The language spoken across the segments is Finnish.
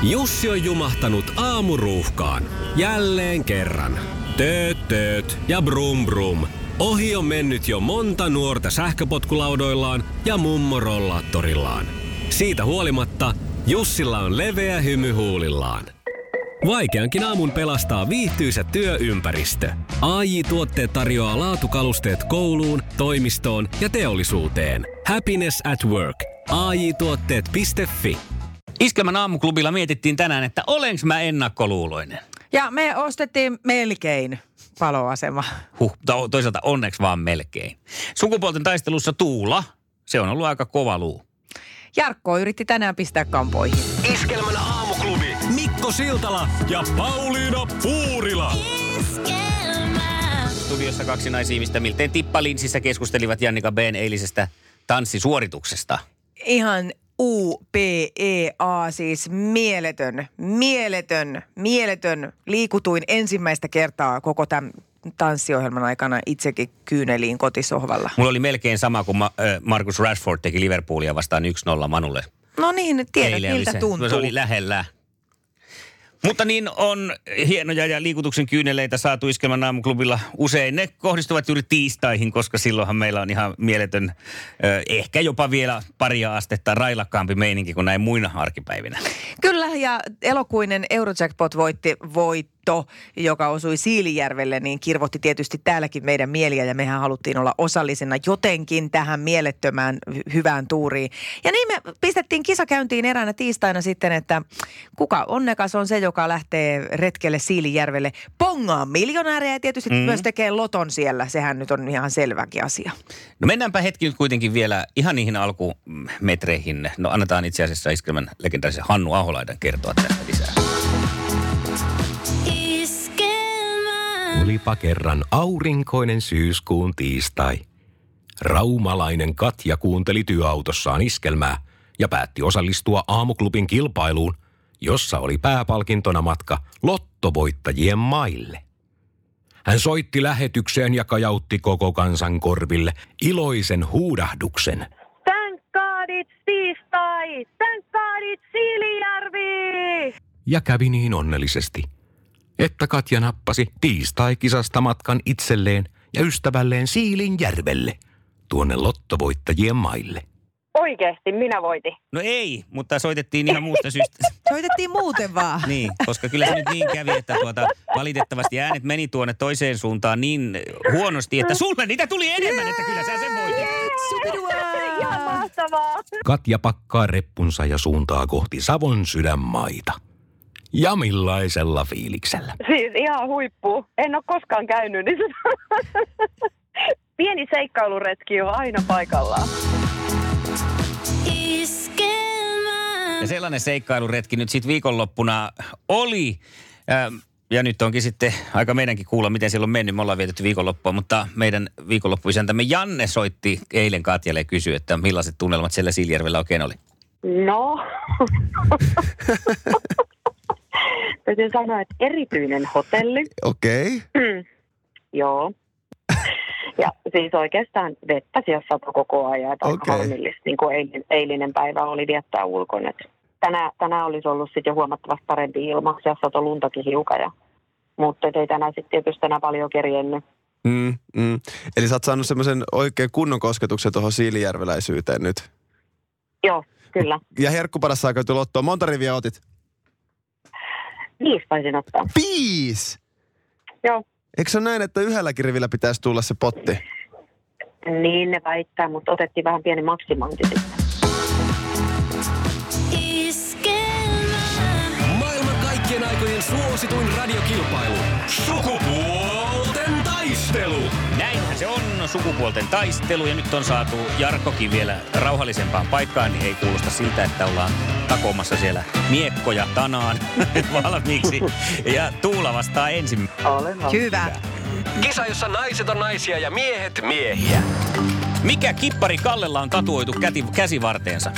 Jussi on jumahtanut aamuruuhkaan. Jälleen kerran. Tööt ja brum brum. Ohi on mennyt jo monta nuorta sähköpotkulaudoillaan ja mummorollaattorillaan. Siitä huolimatta Jussilla on leveä hymy huulillaan. Vaikeankin aamun pelastaa viihtyisä työympäristö. AJ-tuotteet tarjoaa laatukalusteet kouluun, toimistoon ja teollisuuteen. Happiness at work. AJ-tuotteet.fi. Iskelmän aamuklubilla mietittiin tänään, että olenko mä ennakkoluuloinen? Ja me ostettiin melkein paloasema. Toisaalta onneksi vaan melkein. Sukupuolten taistelussa Tuula, se on ollut aika kova luu. Jarkko yritti tänään pistää kampoihin. Iskelmän aamuklubi Mikko Siltala ja Pauliina Puurila. Studiossa kaksi naisihmistä miltei tippalinssissä keskustelivat Jannika B:n eilisestä tanssisuorituksesta. Ihan UPEA, siis mieletön. Liikutuin ensimmäistä kertaa koko tämän tanssiohjelman aikana itsekin kyyneliin kotisohvalla. Mulla oli melkein sama kuin Marcus Rashford teki Liverpoolia vastaan 1-0 Manulle. No niin, tiedät miltä tuntuu. Se oli lähellä. Mutta niin on hienoja ja liikutuksen kyyneleitä saatu Iskelmän aamuklubilla usein. Ne kohdistuvat juuri tiistaihin, koska silloinhan meillä on ihan mieletön, ehkä jopa vielä paria astetta railakkaampi meininki kuin näin muina arkipäivinä. Kyllä, ja elokuinen Eurojackpot-voitto, joka osui Siilijärvelle, niin kirvoitti tietysti täälläkin meidän mieliä, ja mehän haluttiin olla osallisena jotenkin tähän mielettömään hyvään tuuriin. Ja niin me pistettiin kisakäyntiin eräänä tiistaina sitten, että kuka onnekas on se, joka lähtee retkelle Siilijärvelle pongaan miljonäärejä ja tietysti myös tekee loton siellä. Sehän nyt on ihan selväkin asia. No mennäänpä hetki nyt kuitenkin vielä ihan niihin alkumetreihin. No annetaan itse asiassa Iskelmän legendaarisen Hannu Aholaidan kertoa tästä lisää. Olipa kerran aurinkoinen syyskuun tiistai. Raumalainen Katja kuunteli työautossaan Iskelmää ja päätti osallistua aamuklubin kilpailuun, jossa oli pääpalkintona matka lottovoittajien maille. Hän soitti lähetykseen ja kajautti koko kansan korville iloisen huudahduksen. Thank God it's tiistai! Thank God it's Siilijärvi! Ja kävi niin onnellisesti, että Katja nappasi tiistai-kisasta matkan itselleen ja ystävälleen Siilinjärvelle, tuonne lottovoittajien maille. Oikeesti, minä voitin. No ei, mutta soitettiin ihan muusta syystä. Soitettiin muuten vaan. Niin, koska kyllä se nyt niin kävi, että valitettavasti äänet meni tuonne toiseen suuntaan niin huonosti, että sulle niitä tuli enemmän, että kyllä sä sen voitit. Ihan mahtavaa. Katja pakkaa reppunsa ja suuntaa kohti Savon sydänmaita. Ja millaisella fiiliksellä? Siis ihan huippu. En ole koskaan käynyt, niin pieni seikkailuretki on aina paikallaan. Ja sellainen seikkailuretki nyt sitten viikonloppuna oli. Ja nyt onkin sitten aika meidänkin kuulla, miten siellä on mennyt. Me ollaan vietetty viikonloppua, mutta meidän viikonloppuisäntämme Janne soitti eilen Katjalle ja kysyi, että millaiset tunnelmat siellä Siilijärvellä oikein oli. No. Täytyy sanoa, että erityinen hotelli. Okei. Joo. Ja siis oikeastaan vettä siellä sato koko ajan. Aika harmillista, niin kuin eilinen päivä oli viettää ulkona. Tänään olisi ollut sitten jo huomattavasti parempi ilma. Siellä sato luntakin hiukan. Mutta ei tänään sitten tietysti enää paljon kerjennyt. Eli sä oot saanut semmoisen oikein kunnon kosketuksen tuohon siilijärveläisyyteen nyt. Joo, kyllä. Ja herkkuparassa on käyty lottoa. Monta riviä otit? 5 taisin ottaa. 5? Joo. Eikö se ole näin, että yhdelläkin rivillä pitäisi tulla se potti? Niin ne väittää, mutta otettiin vähän pieni maksimointi sitten. Maailman kaikkien aikojen suosituin radiokilpailu. Sukupuolten taistelu. Näinhän se on, sukupuolten taistelu. Ja nyt on saatu Jarkkokin vielä rauhallisempaan paikkaan, niin ei kuulosta siltä, että ollaan takomassa siellä miekkoja tanaan valmiiksi. Ja Tuula vastaa ensin. Hyvä. Kisa, jossa naiset on naisia ja miehet miehiä. Mikä kippari Kallella on tatuoitu käsivarteensa?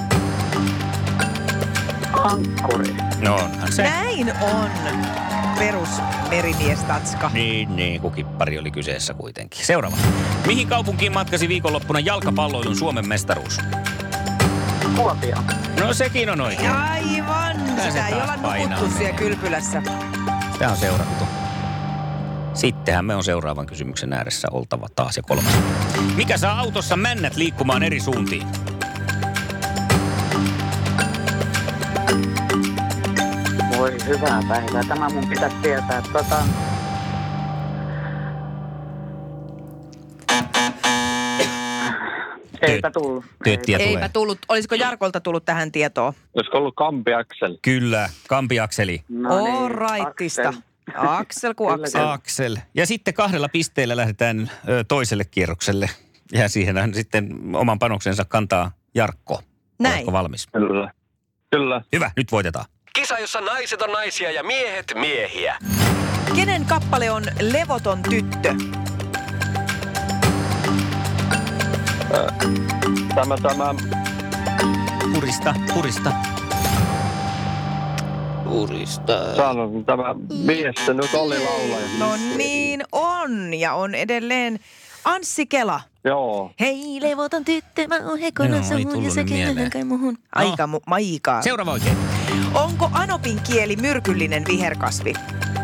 Ankkuri. No onhan se. Näin on. Perus merimiestatska. Niin, kun kippari oli kyseessä kuitenkin. Seuraava. Mihin kaupunkiin matkasi viikonloppuna jalkapalloilun Suomen mestaruus? Kuopio. No sekin on oikein. Aivan. Sitä ei taas olla painaa nukuttu siellä menee. kylpylässä. Sitä on seurattu. Sittenhän me on seuraavan kysymyksen ääressä oltava taas ja kolmas. Mikä saa autossa männät liikkumaan eri suuntiin? Voi hyvää päivää. Tämä mun pitäisi tietää. Eipä tullut. Tööttiä tulee. Eipä tullut. Olisiko Jarkolta tullut tähän tietoa? Olisiko ollut kampiaksel? Kyllä, kampiakseli. All rightista. Aksel kuin Aksel. Aksel. Ja sitten 2 pisteellä lähdetään toiselle kierrokselle. Ja siihen sitten oman panoksensa kantaa Jarkko. Näin. Oletko valmis? Kyllä. Kyllä. Hyvä, nyt voitetaan. Kisa, jossa naiset on naisia ja miehet miehiä. Kenen kappale on Levoton tyttö? Tämä. Purista. Sanon, tämä mies se nyt oli laulaja. No niin on. Ja on edelleen Anssi Kela. Joo. Hei levoton tyttö, mä oon hekona Joo, ei suhun tullut ja sä nyt mieleen. kenellä kai muhun. Aikaa. Seuraava oikein. Onko anopin kieli myrkyllinen viherkasvi?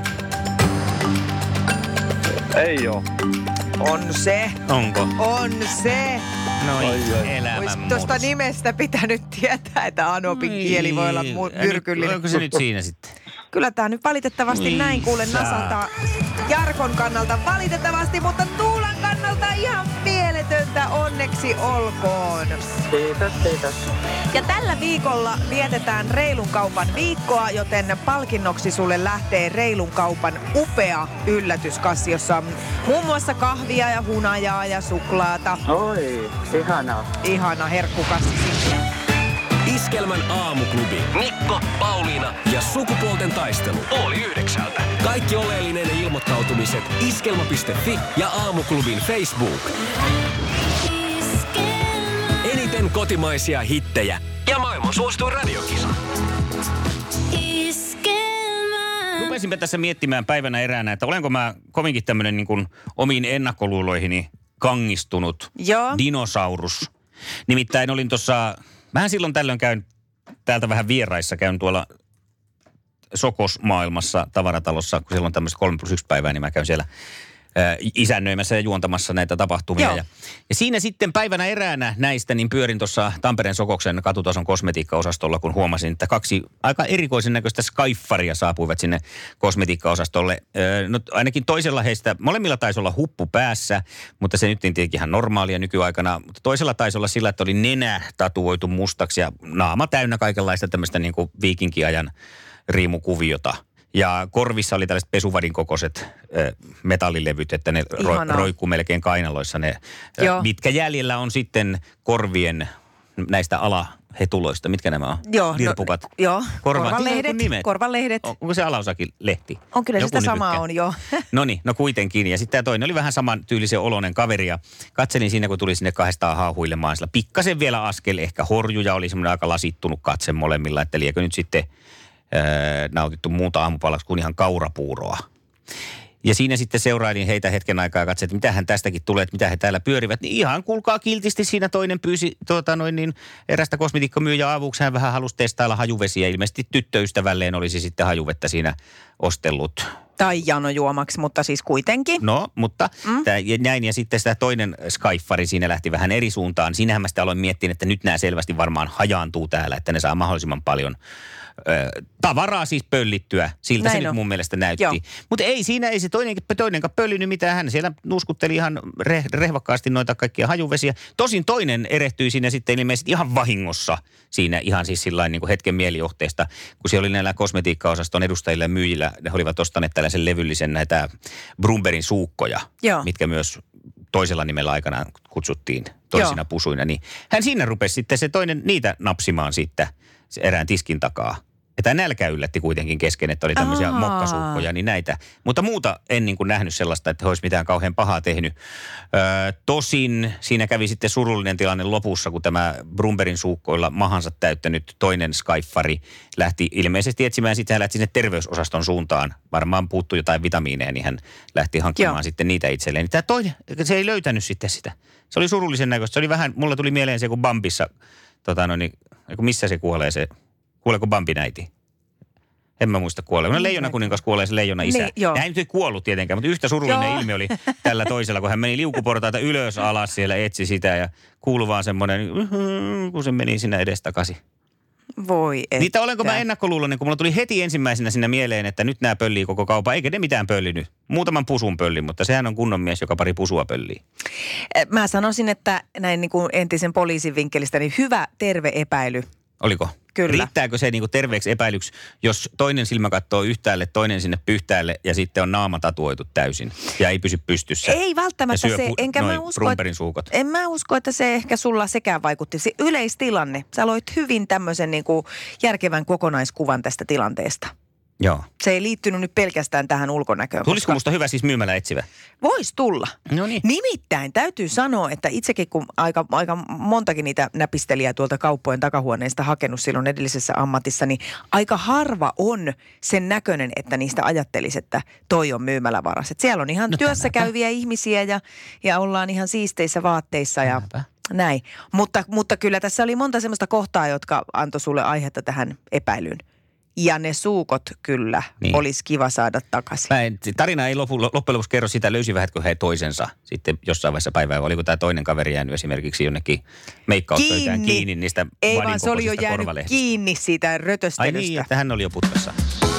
Ei oo. On se. Onko? On se. No Ai. elämän Olisi murros. tuosta nimestä pitänyt tietää, että anopin kieli voi olla myrkyllinen. Onko se nyt siinä sitten? Kyllä tämä nyt valitettavasti näin kuulen nasataan Jarkon kannalta valitettavasti, mutta Tuulan kannalta ihan mieletöntä, onneksi olkoon. Kiitos. Ja tällä viikolla vietetään Reilun kaupan viikkoa, joten palkinnoksi sulle lähtee Reilun kaupan upea yllätyskassi, jossa on muun muassa kahvia ja hunajaa ja suklaata. Oi, ihanaa. Ihana herkkukassi sinne. Iskelmän aamuklubi. Mikko, Pauliina ja sukupuolten taistelu. 8:30. Kaikki oleellinen ilmoittautumiset iskelma.fi ja aamuklubin Facebook. Eniten kotimaisia hittejä ja maailman suosituin radiokisa. Rupesinpä tässä miettimään päivänä eräänä, että olenko mä kovinkin tämmöinen niin kuin omiin ennakkoluuloihini kangistunut dinosaurus. Nimittäin olin tuossa, mähän silloin tällöin käyn täältä vähän vieraissa, käyn tuolla Sokos-maailmassa tavaratalossa, kun siellä on tämmöistä 3+1 päivää, niin mä käyn siellä isännöimässä ja juontamassa näitä tapahtumia. Ja siinä sitten päivänä eräänä näistä, niin pyörin tuossa Tampereen Sokoksen katutason kosmetiikkaosastolla, kun huomasin, että 2 aika erikoisen näköistä skaiffaria saapuivat sinne kosmetiikkaosastolle. No ainakin toisella heistä, molemmilla taisi olla huppu päässä, mutta se nyt tietenkin ihan normaalia nykyaikana. Mutta toisella taisi olla sillä, että oli nenä tatuoitu mustaksi ja naama täynnä kaikenlaista tämmöistä niin kuin viikinkiajan riimukuviota. Ja korvissa oli tällaiset pesuvadin kokoiset metallilevyt, että ne roikkuu melkein kainaloissa ne, mitkä jäljellä on sitten korvien näistä alahetuloista. Mitkä nämä on? Lirpukat. Korvalehdet. Onko se alaosakin lehti? On kyllä sitä samaa on, joo. Noniin, no kuitenkin. Ja sitten tämä toinen oli vähän saman tyylisen oloinen kaveri. Ja katselin siinä, kun tuli sinne 200 haahuilemaan. Sillä pikkasen vielä askel, ehkä horjuja, oli semmoinen aika lasittunut katse molemmilla. Että liekö nyt sitten nautittu muuta aamupalaksi kuin ihan kaurapuuroa. Ja siinä sitten seurailin heitä hetken aikaa ja katsoin, että mitähän tästäkin tulee, että mitä he täällä pyörivät. Niin ihan kuulkaa kiltisti siinä toinen pyysi erästä kosmetiikkamyyjää avuksi. Hän vähän halusi testailla hajuvesiä. Ilmeisesti tyttöystävälleen olisi sitten hajuvettä siinä ostellut. Tai janojuomaksi, mutta siis kuitenkin. No, mutta näin. Ja sitten sitä toinen skaiffari siinä lähti vähän eri suuntaan. Siinähän mä sitten aloin miettiä, että nyt nämä selvästi varmaan hajaantuu täällä, että ne saa mahdollisimman paljon tavaraa siis pöllittyä. Siltä se nyt mun mielestä näytti. Mutta ei siinä, ei se toinenkaan pöllinyt mitään. Hän siellä nuuskutteli ihan rehvakkaasti noita kaikkia hajuvesiä. Tosin toinen erehtyi siinä sitten ilmeisesti ihan vahingossa siinä ihan siis sillain niin kuin hetken mielijohteesta. Kun siellä oli näillä kosmetiikkaosaston edustajilla ja myyjillä, ne olivat ostaneet tällaisen levyllisen näitä Brumberin suukkoja, mitkä myös toisella nimellä aikanaan kutsuttiin toisina pusuina. Niin hän siinä rupesi sitten se toinen niitä napsimaan sitten erään tiskin takaa. Että nälkä yllätti kuitenkin kesken, että oli tämmöisiä mokkasuukkoja, niin näitä. Mutta muuta en niin kuin nähnyt sellaista, että he olisi mitään kauhean pahaa tehnyt. Tosin siinä kävi sitten surullinen tilanne lopussa, kun tämä Brumberin suukkoilla mahansa täyttänyt toinen skaiffari lähti ilmeisesti etsimään. Sitten hän lähti sinne terveysosaston suuntaan. Varmaan puuttui jotain vitamiineja, niin hän lähti hankkimaan sitten niitä itselleen. Niin tämä toinen, se ei löytänyt sitten sitä. Se oli surullisen näköistä. Se oli vähän, mulla tuli mieleen se, kun Bambissa Missä se kuolee se? Kuoleeko Bambin äiti? En mä muista kuolee. No Leijona kuningas kuolee se Leijona isä. Niin, hän ei kuollut tietenkään, mutta yhtä surullinen ilme oli tällä toisella, kun hän meni liukuportaita ylös alas siellä, etsi sitä ja kuului vaan semmoinen, kun se meni siinä edestakaisin. Voi että. Niitä olenko mä ennakkoluuloinen, kun mulla tuli heti ensimmäisenä sinne mieleen, että nyt nämä pöllii koko kaupan. Eikä ne mitään pöllinyt. Muutaman pusun pölli, mutta sehän on kunnon mies, joka pari pusua pöllii. Mä sanoisin, että näin niin kuin entisen poliisin vinkkelistä, niin hyvä terve epäily. Oliko? Kyllä. Riittääkö se niinku terveeksi epäilyksi, jos toinen silmä katsoo yhtäälle, toinen sinne pyhtäälle ja sitten on naama tatuoitu täysin ja ei pysy pystyssä? Ei välttämättä ja syö se, enkä mä usko, en mä usko, että se ehkä sulla sekään vaikutti. Se yleistilanne, sä loit hyvin tämmöisen niinku järkevän kokonaiskuvan tästä tilanteesta. Joo. Se ei liittynyt nyt pelkästään tähän ulkonäköön. Tulisiko musta hyvä siis myymälä etsivä? Vois tulla. No niin. Nimittäin täytyy sanoa, että itsekin kun aika montakin niitä näpistelijää tuolta kauppojen takahuoneista hakenut silloin edellisessä ammatissa, niin aika harva on sen näköinen, että niistä ajattelisi, että toi on myymälävaras. Et siellä on ihan työssä käyviä ihmisiä ja ollaan ihan siisteissä vaatteissa ja näin. Mutta kyllä tässä oli monta semmoista kohtaa, jotka antoi sulle aihetta tähän epäilyyn. Ja ne suukot kyllä olisi kiva saada takaisin. Tarina ei loppujen lopuksi kerro sitä, löysivätkö he toisensa sitten jossain vaiheessa päivää. Oliko tämä toinen kaveri jäänyt esimerkiksi jonnekin meikkauspöytään kiinni niistä ei vadin vaan se oli jo jäänyt kiinni siitä rötöstelystä. Ai niin, että hän oli jo putkassa.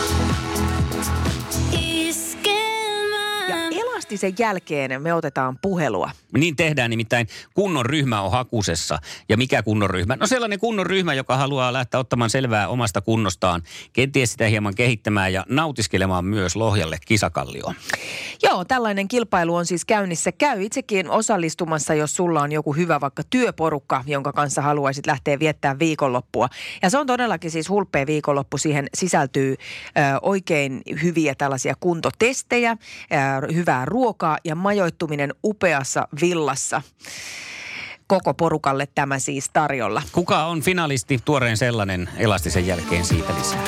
Sen jälkeen me otetaan puhelua. Niin tehdään, nimittäin kunnon ryhmä on hakusessa. Ja mikä kunnon ryhmä? No sellainen kunnon ryhmä, joka haluaa lähteä ottamaan selvää omasta kunnostaan, kenties sitä hieman kehittämään ja nautiskelemaan myös Lohjalle kisakallioon. Joo, tällainen kilpailu on siis käynnissä. Käy itsekin osallistumassa, jos sulla on joku hyvä vaikka työporukka, jonka kanssa haluaisit lähteä viettää viikonloppua. Ja se on todellakin siis hulppea viikonloppu. Siihen sisältyy oikein hyviä tällaisia kuntotestejä, hyvää ruokaa ja majoittuminen upeassa villassa. Koko porukalle tämä siis tarjolla. Kuka on finalisti? Tuoreen sellainen elastisen jälkeen siitä lisää.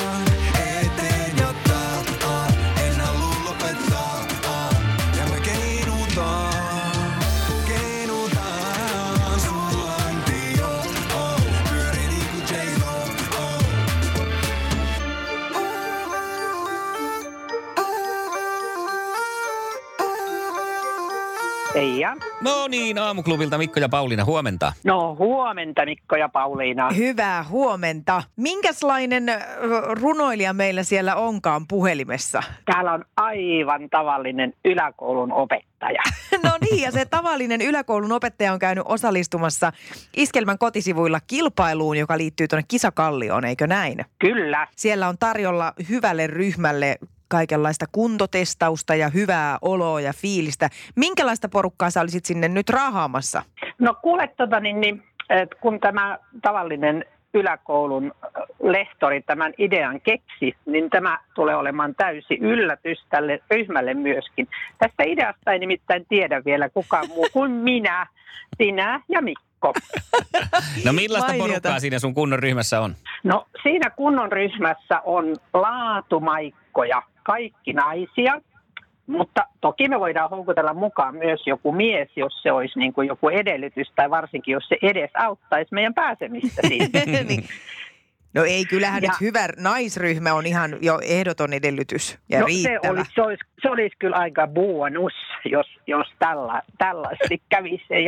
Eija. No niin, Aamuklubilta Mikko ja Pauliina, huomenta. No huomenta Mikko ja Pauliina. Hyvää huomenta. Minkälainen runoilija meillä siellä onkaan puhelimessa? Täällä on aivan tavallinen yläkoulun opettaja. No niin, ja se tavallinen yläkoulun opettaja on käynyt osallistumassa Iskelmän kotisivuilla kilpailuun, joka liittyy tuonne Kisakallioon, eikö näin? Kyllä. Siellä on tarjolla hyvälle ryhmälle kaikenlaista kuntotestausta ja hyvää oloa ja fiilistä. Minkälaista porukkaa sä olisit sinne nyt raahaamassa? No kuule, kun tämä tavallinen yläkoulun lehtori tämän idean keksi, niin tämä tulee olemaan täysi yllätys tälle ryhmälle myöskin. Tästä ideasta ei nimittäin tiedä vielä kukaan muu kuin minä, sinä ja Mikko. No millaista porukkaa siinä sun kunnon ryhmässä on? No siinä kunnon ryhmässä on laatumaikkoja, kaikki naisia, mutta toki me voidaan houkutella mukaan myös joku mies, jos se olisi niin kuin joku edellytys tai varsinkin jos se edes auttaisi meidän pääsemistä siitä. No ei, kyllähän nyt hyvä naisryhmä on ihan jo ehdoton edellytys ja riittävä. Se olisi kyllä aika bonus, jos tällaisesti kävisi.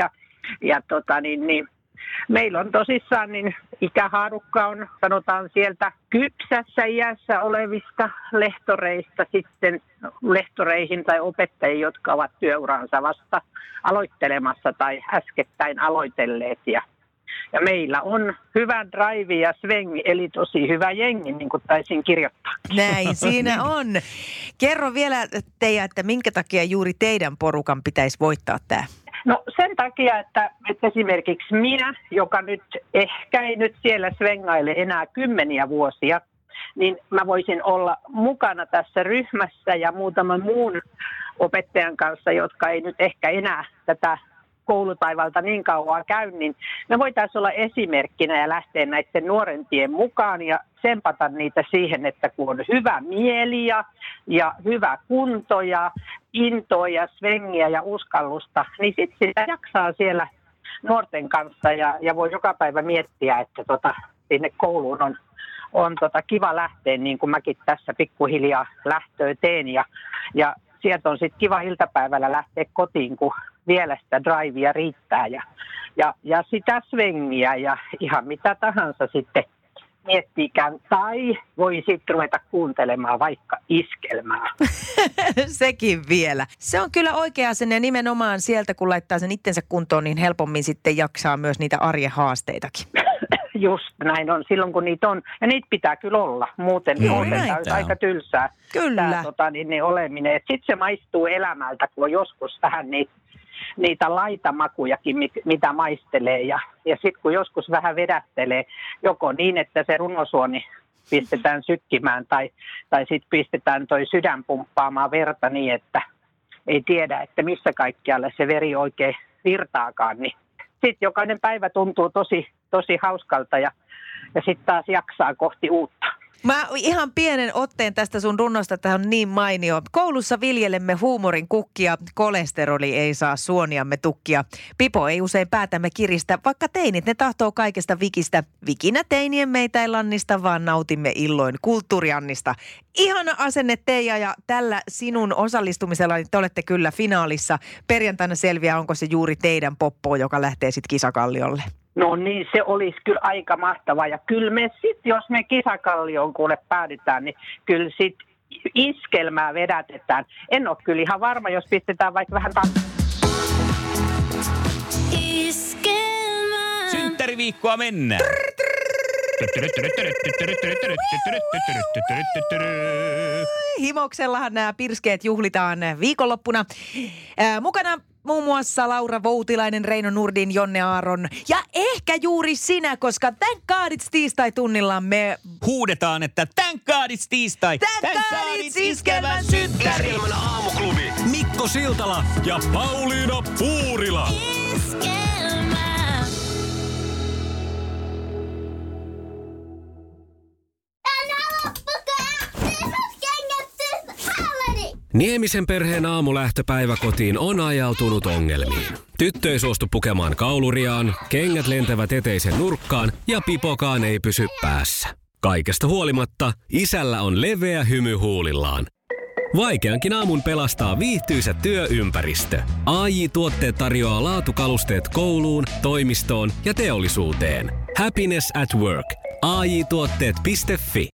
Meillä on tosissaan, niin ikähaarukka on, sanotaan sieltä kypsässä iässä olevista lehtoreista sitten lehtoreihin tai opettajiin, jotka ovat työuransa vasta aloittelemassa tai äskettäin aloitelleet. Ja meillä on hyvä drive ja svengi, eli tosi hyvä jengi, niin kuin taisin kirjoittaa. Näin siinä on. Kerro vielä teidän, että minkä takia juuri teidän porukan pitäisi voittaa tämä? No sen takia, että esimerkiksi minä, joka nyt ehkä ei nyt siellä svengaile enää 10 vuosia, niin mä voisin olla mukana tässä ryhmässä ja muutaman muun opettajan kanssa, jotka ei nyt ehkä enää tätä koulutaivalta niin kauan käy, niin me voitaisiin olla esimerkkinä ja lähteä näiden nuorempien mukaan ja tsempata niitä siihen, että kun on hyvä mieli ja hyvä kunto ja intoa ja svengiä ja uskallusta, niin sitten sitä jaksaa siellä nuorten kanssa ja voi joka päivä miettiä, että sinne kouluun on kiva lähteä, niin kuin mäkin tässä pikkuhiljaa lähtöä teen. Ja sieltä on sitten kiva iltapäivällä lähteä kotiin, kun vielä sitä drivea riittää ja sitä svengiä ja ihan mitä tahansa sitten miettiikään. Tai voi sitten ruveta kuuntelemaan vaikka iskelmää. Sekin vielä. Se on kyllä oikea asenne ja nimenomaan sieltä, kun laittaa sen itsensä kuntoon, niin helpommin sitten jaksaa myös niitä arjen haasteitakin. Just näin on, silloin kun niitä on. Ja niitä pitää kyllä olla. Muuten aika tylsää. Kyllä. Ne oleminen. Sitten se maistuu elämältä, kun on joskus vähän niitä laitamakujakin, mitä maistelee. Ja sitten kun joskus vähän vedättelee, joko niin, että se runosuoni pistetään sykkimään tai sitten pistetään toi sydän pumppaamaan verta niin, että ei tiedä, että missä kaikkialle se veri oikein virtaakaan, niin sitten jokainen päivä tuntuu tosi hauskalta ja sitten taas jaksaa kohti uutta. Mä ihan pienen otteen tästä sun runnosta, että on niin mainio. Koulussa viljelemme huumorin kukkia, kolesteroli ei saa suoniamme tukkia. Pipo ei usein päätämme kiristä, vaikka teinit ne tahtoo kaikesta vikistä. Vikinä teinien meitä ei lannista, vaan nautimme illoin kulttuuriannista. Ihana asenne Teija ja tällä sinun osallistumisella niin te olette kyllä finaalissa. Perjantaina selviää, onko se juuri teidän poppo, joka lähtee sitten kisakalliolle. No niin, se olisi kyllä aika mahtavaa. Ja kyllä me sitten, jos me kisakallioon kuule päädytään, niin kyllä sitten iskelmää vedätetään. En ole kyllä ihan varma, jos pistetään vaikka vähän Iskelmää. Synttäriviikkoa mennään. Himoksellahan nämä pirskeet juhlitaan viikonloppuna. Mukana muun muassa Laura Voutilainen, Reino Nurdin, Jonne Aaron ja ehkä juuri sinä, koska thank God it's tiistai-tunnilla me huudetaan, että thank God it's tiistai. Thank God it's iskelmän synttäri. Iskelmän aamuklubi. Mikko Siltala ja Pauliina Puurila. Iskelmää. Niemisen perheen aamulähtöpäivä kotiin on ajautunut ongelmiin. Tyttö ei suostu pukemaan kauluriaan, kengät lentävät eteisen nurkkaan ja pipokaan ei pysy päässä. Kaikesta huolimatta, isällä on leveä hymy huulillaan. Vaikeankin aamun pelastaa viihtyisä työympäristö. AJ-tuotteet tarjoaa laatukalusteet kouluun, toimistoon ja teollisuuteen. Happiness at work. AJ-tuotteet.fi